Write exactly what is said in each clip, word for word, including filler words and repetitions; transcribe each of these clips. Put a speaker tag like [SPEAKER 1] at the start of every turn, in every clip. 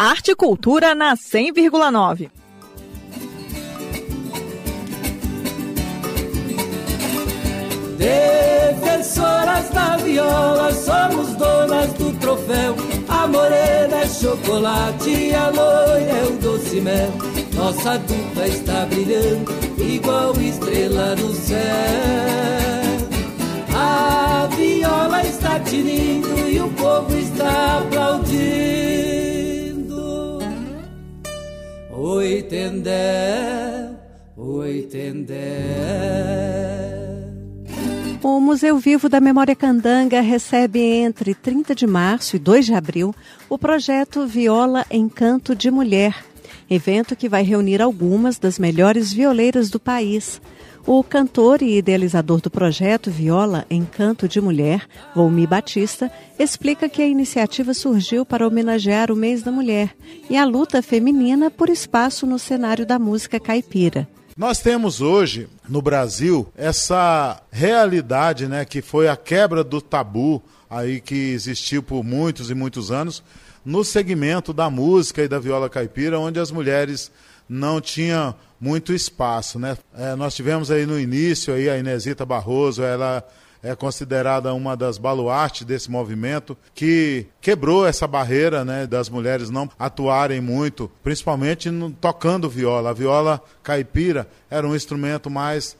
[SPEAKER 1] Arte e Cultura na cem vírgula nove.
[SPEAKER 2] Defensoras da viola, somos donas do troféu. A morena é chocolate e a loira é o doce mel. Nossa dupla está brilhando igual estrela no céu. A viola está tinindo e o povo está aplaudindo. Oi, Tendé, oi, Tendé.
[SPEAKER 3] O Museu Vivo da Memória Candanga recebe entre trinta de março e dois de abril o projeto Viola Encanto de Mulher, evento que vai reunir algumas das melhores violeiras do país. O cantor e idealizador do projeto Viola Encanto de Mulher, Volmi Batista, explica que a iniciativa surgiu para homenagear o mês da mulher e a luta feminina por espaço no cenário da música caipira.
[SPEAKER 4] Nós temos hoje, no Brasil, essa realidade, né, que foi a quebra do tabu aí que existiu por muitos e muitos anos no segmento da música e da viola caipira, onde as mulheres não tinham muito espaço, né? É, nós tivemos aí no início aí a Inesita Barroso, ela é considerada uma das baluartes desse movimento, que quebrou essa barreira, né, das mulheres não atuarem muito, principalmente no, tocando viola. A viola caipira era um instrumento mais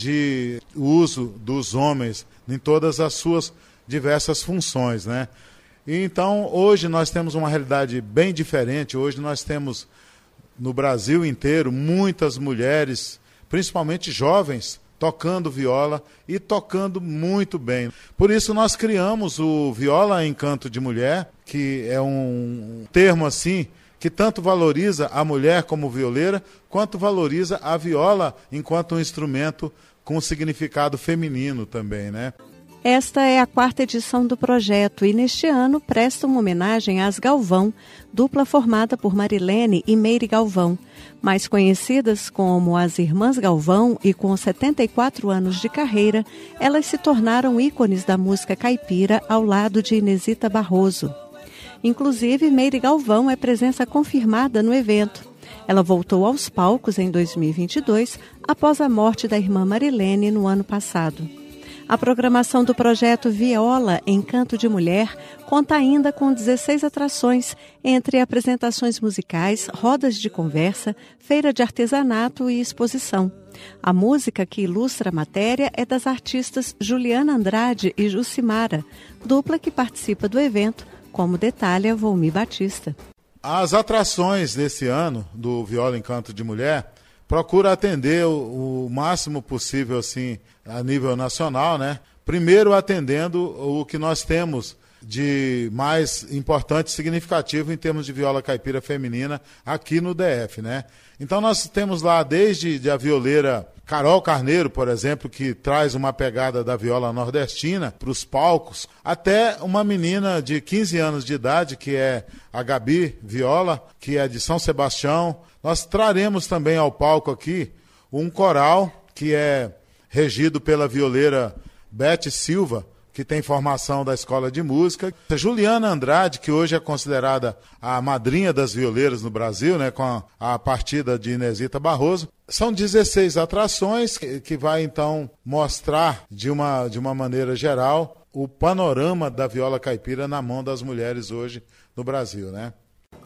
[SPEAKER 4] de uso dos homens em todas as suas diversas funções, né? E então, hoje nós temos uma realidade bem diferente. Hoje nós temos, no Brasil inteiro, muitas mulheres, principalmente jovens, tocando viola e tocando muito bem. Por isso nós criamos o Viola Encanto de Mulher, que é um termo assim que tanto valoriza a mulher como violeira, quanto valoriza a viola enquanto um instrumento com significado feminino também, né?
[SPEAKER 3] Esta é a quarta edição do projeto e neste ano presta uma homenagem às Galvão, dupla formada por Marilene e Meire Galvão, mais conhecidas como as Irmãs Galvão, e com setenta e quatro anos de carreira, elas se tornaram ícones da música caipira ao lado de Inesita Barroso. Inclusive, Meire Galvão é presença confirmada no evento. Ela voltou aos palcos em dois mil e vinte e dois, após a morte da irmã Marilene no ano passado. A programação do projeto Viola Encanto de Mulher conta ainda com dezesseis atrações, entre apresentações musicais, rodas de conversa, feira de artesanato e exposição. A música que ilustra a matéria é das artistas Juliana Andrade e Jucimara, dupla que participa do evento, como detalha Volmi Batista.
[SPEAKER 4] As atrações desse ano do Viola Encanto de Mulher procura atender o, o máximo possível assim a nível nacional, né? Primeiro atendendo o que nós temos de mais importante e significativo em termos de viola caipira feminina aqui no D F, né? Então nós temos lá desde a violeira Carol Carneiro, por exemplo, que traz uma pegada da viola nordestina para os palcos, até uma menina de quinze anos de idade, que é a Gabi Viola, que é de São Sebastião. Nós traremos também ao palco aqui um coral que é regido pela violeira Bete Silva, que tem formação da Escola de Música. A Juliana Andrade, que hoje é considerada a madrinha das violeiras no Brasil, né, com a, a partida de Inesita Barroso. São dezesseis atrações que, que vai, então, mostrar de uma, de uma maneira geral o panorama da viola caipira na mão das mulheres hoje no Brasil, né?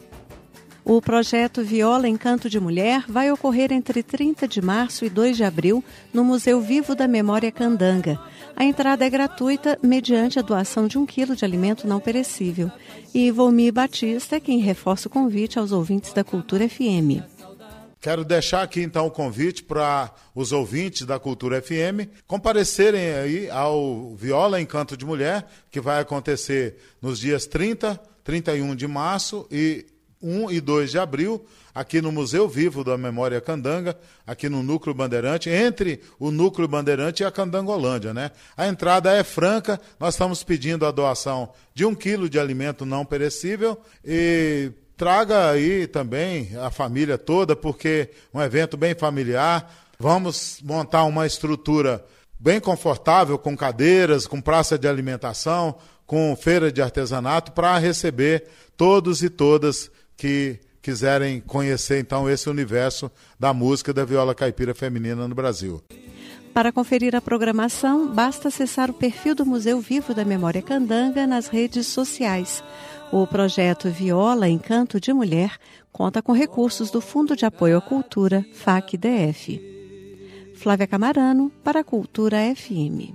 [SPEAKER 3] O projeto Viola Encanto de Mulher vai ocorrer entre trinta de março e dois de abril no Museu Vivo da Memória Candanga. A entrada é gratuita mediante a doação de um quilo de alimento não perecível. E Volmi Batista é quem reforça o convite aos ouvintes da Cultura F M.
[SPEAKER 4] Quero deixar aqui então o convite para os ouvintes da Cultura F M comparecerem aí ao Viola Encanto de Mulher, que vai acontecer nos dias trinta, trinta e um de março e um e dois de abril, aqui no Museu Vivo da Memória Candanga, aqui no Núcleo Bandeirante, entre o Núcleo Bandeirante e a Candangolândia, né? A entrada é franca, nós estamos pedindo a doação de um quilo de alimento não perecível e traga aí também a família toda, porque é um evento bem familiar. Vamos montar uma estrutura bem confortável, com cadeiras, com praça de alimentação, com feira de artesanato, para receber todos e todas que quiserem conhecer então esse universo da música da viola caipira feminina no Brasil.
[SPEAKER 3] Para conferir a programação, basta acessar o perfil do Museu Vivo da Memória Candanga nas redes sociais. O projeto Viola Encanto de Mulher conta com recursos do Fundo de Apoio à Cultura, F A C D F. Flávia Camarano, para a Cultura F M.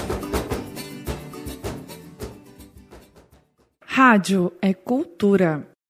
[SPEAKER 1] Rádio é cultura.